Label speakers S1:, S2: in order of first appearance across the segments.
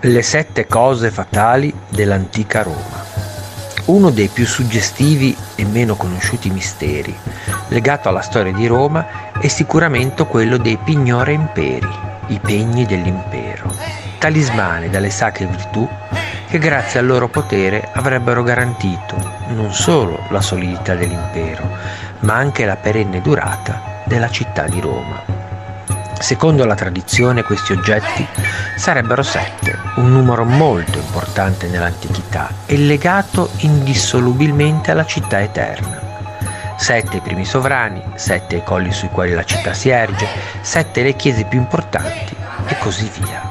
S1: Le 7 cose fatali dell'antica Roma. Uno dei più suggestivi e meno conosciuti misteri legato alla storia di Roma è sicuramente quello dei pignore imperi, i pegni dell'impero, talismani dalle sacre virtù che grazie al loro potere avrebbero garantito non solo la solidità dell'impero, ma anche la perenne durata della città di Roma. Secondo la tradizione questi oggetti sarebbero 7, un numero molto importante nell'antichità e legato indissolubilmente alla città eterna. 7 i primi sovrani, 7 i colli sui quali la città si erge, 7 le chiese più importanti e così via.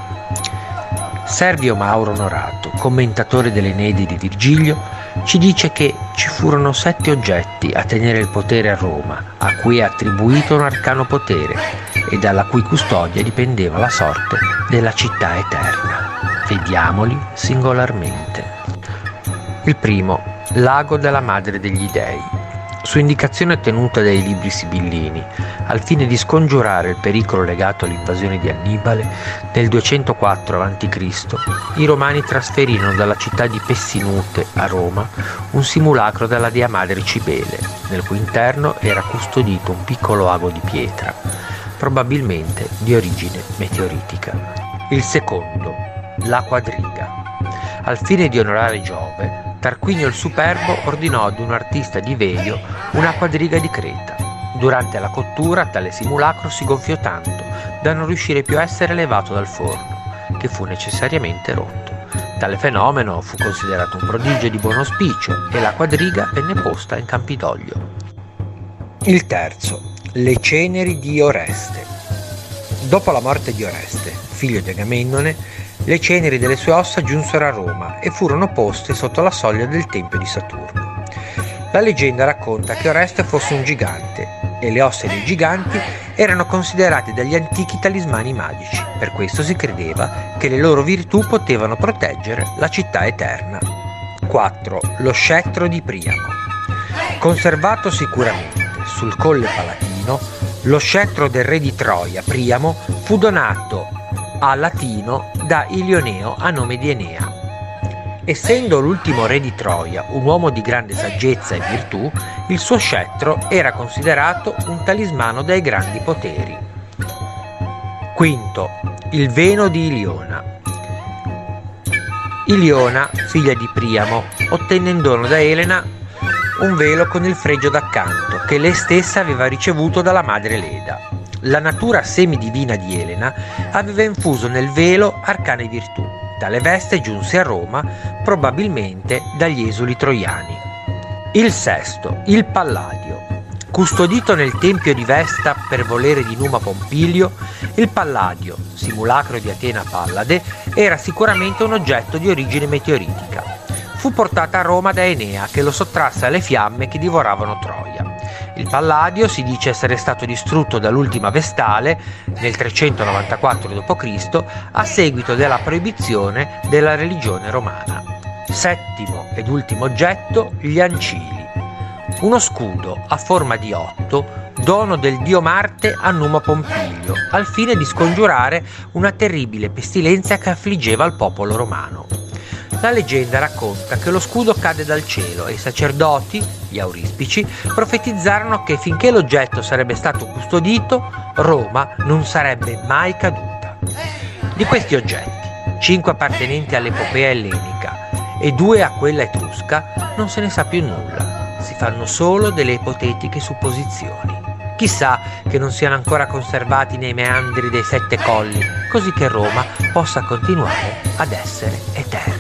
S1: Servio Mauro Onorato, commentatore dell'Eneide di Virgilio, ci dice che ci furono 7 oggetti a tenere il potere a Roma, a cui è attribuito un arcano potere e dalla cui custodia dipendeva la sorte della città eterna. Vediamoli singolarmente. Il primo, l'ago della Madre degli Dei. Su indicazione tenuta dai libri sibillini, al fine di scongiurare il pericolo legato all'invasione di Annibale, nel 204 a.C. i Romani trasferirono dalla città di Pessinute a Roma un simulacro della Dea Madre Cibele, nel cui interno era custodito un piccolo ago di pietra, probabilmente di origine meteoritica. Il secondo, la quadriga. Al fine di onorare Giove, Tarquinio il Superbo ordinò ad un artista di Veio una quadriga di Creta. Durante la cottura tale simulacro si gonfiò tanto da non riuscire più a essere levato dal forno, che fu necessariamente rotto. Tale fenomeno fu considerato un prodigio di buon auspicio e la quadriga venne posta in Campidoglio. Il terzo, le ceneri di Oreste. Dopo la morte di Oreste, figlio di Agamennone, le ceneri delle sue ossa giunsero a Roma e furono poste sotto la soglia del tempio di Saturno. La leggenda racconta che Oreste fosse un gigante e le ossa dei giganti erano considerate dagli antichi talismani magici. Per questo si credeva che le loro virtù potevano proteggere la città eterna. 4. Lo scettro di Priamo. Conservato sicuramente sul Colle Palatino, lo scettro del re di Troia, Priamo, fu donato a Latino da Ilioneo a nome di Enea. Essendo l'ultimo re di Troia un uomo di grande saggezza e virtù, il suo scettro era considerato un talismano dai grandi poteri. Quinto, il veno di Iliona. Iliona, figlia di Priamo, ottenne in dono da Elena un velo con il fregio d'accanto che lei stessa aveva ricevuto dalla madre Leda. La natura semidivina di Elena aveva infuso nel velo arcane virtù. Tale veste giunse a Roma probabilmente dagli esuli troiani. Il sesto, il Palladio. Custodito nel tempio di Vesta per volere di Numa Pompilio, il Palladio, simulacro di Atena Pallade, era sicuramente un oggetto di origine meteoritica. Fu portata a Roma da Enea che lo sottrasse alle fiamme che divoravano Troia. Il Palladio si dice essere stato distrutto dall'ultima Vestale nel 394 d.C. a seguito della proibizione della religione romana. Settimo ed ultimo oggetto, gli ancili. Uno scudo a forma di 8, dono del dio Marte a Numa Pompilio, al fine di scongiurare una terribile pestilenza che affliggeva il popolo romano. La leggenda racconta che lo scudo cadde dal cielo e i sacerdoti, gli aurispici, profetizzarono che finché l'oggetto sarebbe stato custodito, Roma non sarebbe mai caduta. Di questi oggetti, 5 appartenenti all'epopea ellenica e 2 a quella etrusca, non se ne sa più nulla. Si fanno solo delle ipotetiche supposizioni. Chissà che non siano ancora conservati nei meandri dei 7 colli, così che Roma possa continuare ad essere eterna.